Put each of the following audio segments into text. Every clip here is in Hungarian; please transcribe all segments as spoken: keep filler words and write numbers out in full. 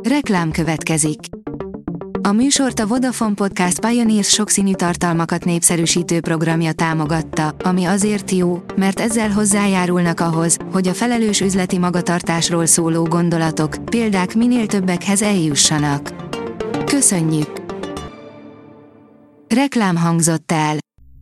Reklám következik. A műsort a Vodafone Podcast Pioneers sokszínű tartalmakat népszerűsítő programja támogatta, ami azért jó, mert ezzel hozzájárulnak ahhoz, hogy a felelős üzleti magatartásról szóló gondolatok, példák minél többekhez eljussanak. Köszönjük! Reklám hangzott el.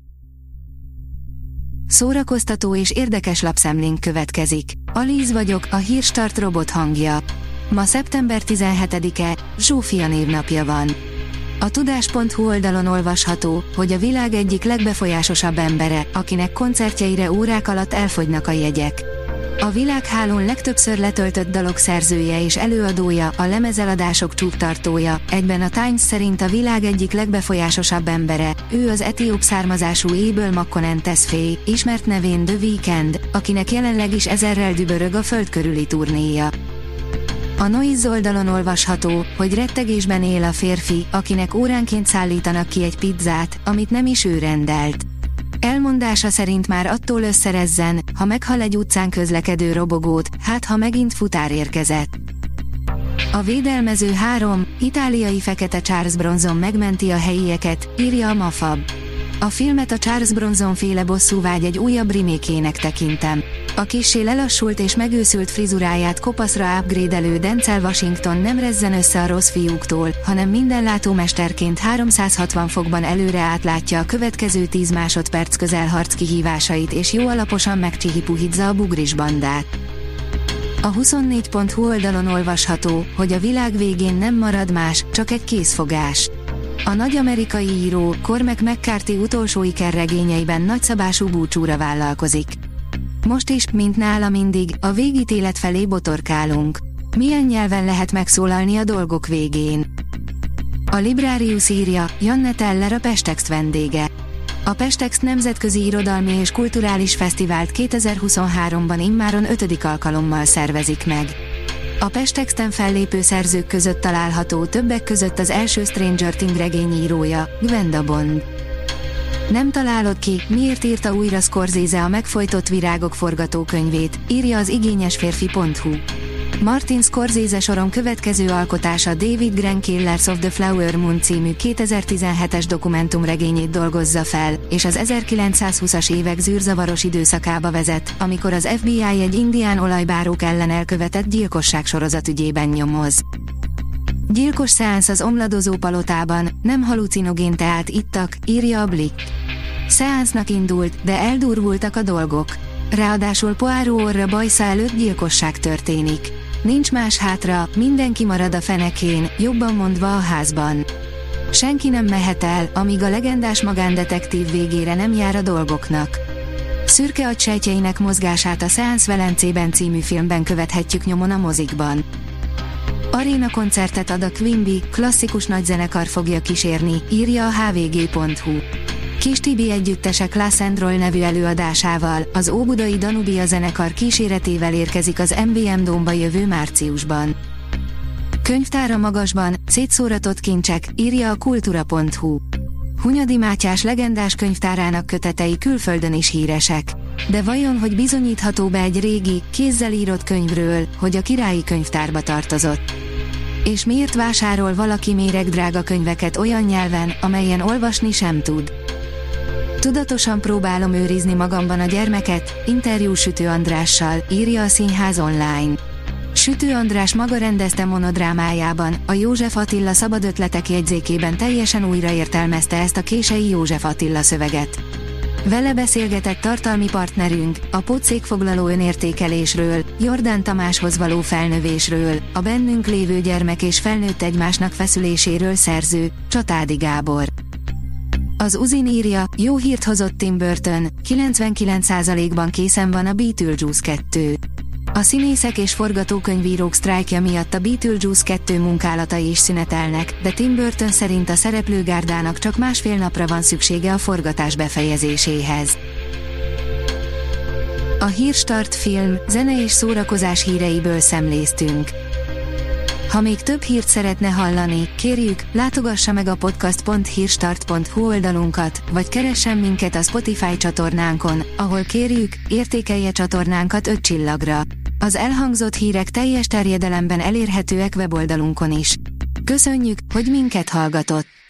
Szórakoztató és érdekes lapszemlénk következik. Alíz vagyok, a Hírstart robot hangja. Ma szeptember tizenhetedike, Zsófia névnapja van. A tudás pont hu oldalon olvasható, hogy a világ egyik legbefolyásosabb embere, akinek koncertjeire órák alatt elfogynak a jegyek. A világhálón legtöbbször letöltött dalok szerzője és előadója, a lemezeladások csúcstartója, egyben a Times szerint a világ egyik legbefolyásosabb embere, ő az etióp származású Abel Makkonen Tesfaye, ismert nevén The Weeknd, akinek jelenleg is ezerrel dübörög a föld körüli turnéja. A Noise oldalon olvasható, hogy rettegésben él a férfi, akinek óránként szállítanak ki egy pizzát, amit nem is ő rendelt. Elmondása szerint már attól összerezzen, ha meghal egy utcán közlekedő robogót, hát ha megint futár érkezett. A védelmező három, itáliai fekete Charles Bronson megmenti a helyieket, írja a Mafab. A filmet a Charles Bronson féle bosszúvágy egy újabb remake-ének tekintem. A kissé lelassult és megőszült frizuráját kopaszra upgrade-elő Denzel Washington nem rezzen össze a rossz fiúktól, hanem minden látómesterként háromszázhatvan fokban előre átlátja a következő tíz másodperc közelharc kihívásait és jó alaposan megcsihipuhidza a bugris bandát. A huszonnégy pont hu oldalon olvasható, hogy a világ végén nem marad más, csak egy készfogás. A nagy amerikai író, Cormac McCarthy utolsó ikerregényeiben nagyszabású búcsúra vállalkozik. Most is, mint nála mindig, a végítélet felé botorkálunk. Milyen nyelven lehet megszólalni a dolgok végén? A Librarius írja, Janne Teller a Pestext vendége. A Pestext nemzetközi irodalmi és kulturális fesztivált kétezer-huszonháromban immáron ötödik alkalommal szervezik meg. A Pestexten fellépő szerzők között található többek között az első Stranger Things regényírója, Gwenda Bond. Nem találod ki, miért írta újra Scorsese a Megfojtott virágok forgatókönyvét, írja az igényesférfi pont hu. Martin Scorsese soron következő alkotása David Gren Killers of the Flower Moon című kétezer-tizenhetes dokumentumregényét dolgozza fel, és az ezerkilencszázhúszas évek zűrzavaros időszakába vezet, amikor az ef bé i egy indián olajbárók ellen elkövetett gyilkosság sorozat ügyében nyomoz. Gyilkos szeánsz az omladozó palotában, nem halucinogén teát ittak, írja a Blick. Szeánsznak indult, de eldurvultak a dolgok. Ráadásul Poirot orra bajsza előtt gyilkosság történik. Nincs más hátra, mindenki marad a fenekén, jobban mondva a házban. Senki nem mehet el, amíg a legendás magándetektív végére nem jár a dolgoknak. Szürke agysejtjeinek mozgását a Szeánsz Velencében című filmben követhetjük nyomon a mozikban. Aréna koncertet ad a Queen Bee, klasszikus nagyzenekar fogja kísérni, írja a há vé gé pont hu. Kis Tibi együttese Class and Roll nevű előadásával, az óbudai Danubia zenekar kíséretével érkezik az em bé em Dome-ba jövő márciusban. Könyvtára magasban, szétszóratott kincsek, írja a kultura pont hu. Hunyadi Mátyás legendás könyvtárának kötetei külföldön is híresek. De vajon, hogy bizonyítható be egy régi, kézzel írott könyvről, hogy a királyi könyvtárba tartozott? És miért vásárol valaki méregdrága könyveket olyan nyelven, amelyen olvasni sem tud? Tudatosan próbálom őrizni magamban a gyermeket, interjú Sütő Andrással, írja a Színház online. Sütő András maga rendezte monodrámájában, a József Attila szabad ötletek jegyzékében teljesen újraértelmezte ezt a kései József Attila szöveget. Vele beszélgetett tartalmi partnerünk, a pótszékfoglaló önértékelésről, Jordán Tamáshoz való felnövésről, a bennünk lévő gyermek és felnőtt egymásnak feszüléséről szerző, Csatádi Gábor. Az Uzin írja, jó hírt hozott Tim Burton, kilencvenkilenc százalékban készen van a Beetlejuice kettő. A színészek és forgatókönyvírók sztrájkja miatt a Beetlejuice kettő munkálatai is szünetelnek, de Tim Burton szerint a szereplőgárdának csak másfél napra van szüksége a forgatás befejezéséhez. A Hírstart film, zene és szórakozás híreiből szemléztünk. Ha még több hírt szeretne hallani, kérjük, látogassa meg a podcast pont hírstart pont hu oldalunkat, vagy keressen minket a Spotify csatornánkon, ahol kérjük, értékelje csatornánkat öt csillagra. Az elhangzott hírek teljes terjedelemben elérhetőek weboldalunkon is. Köszönjük, hogy minket hallgatott!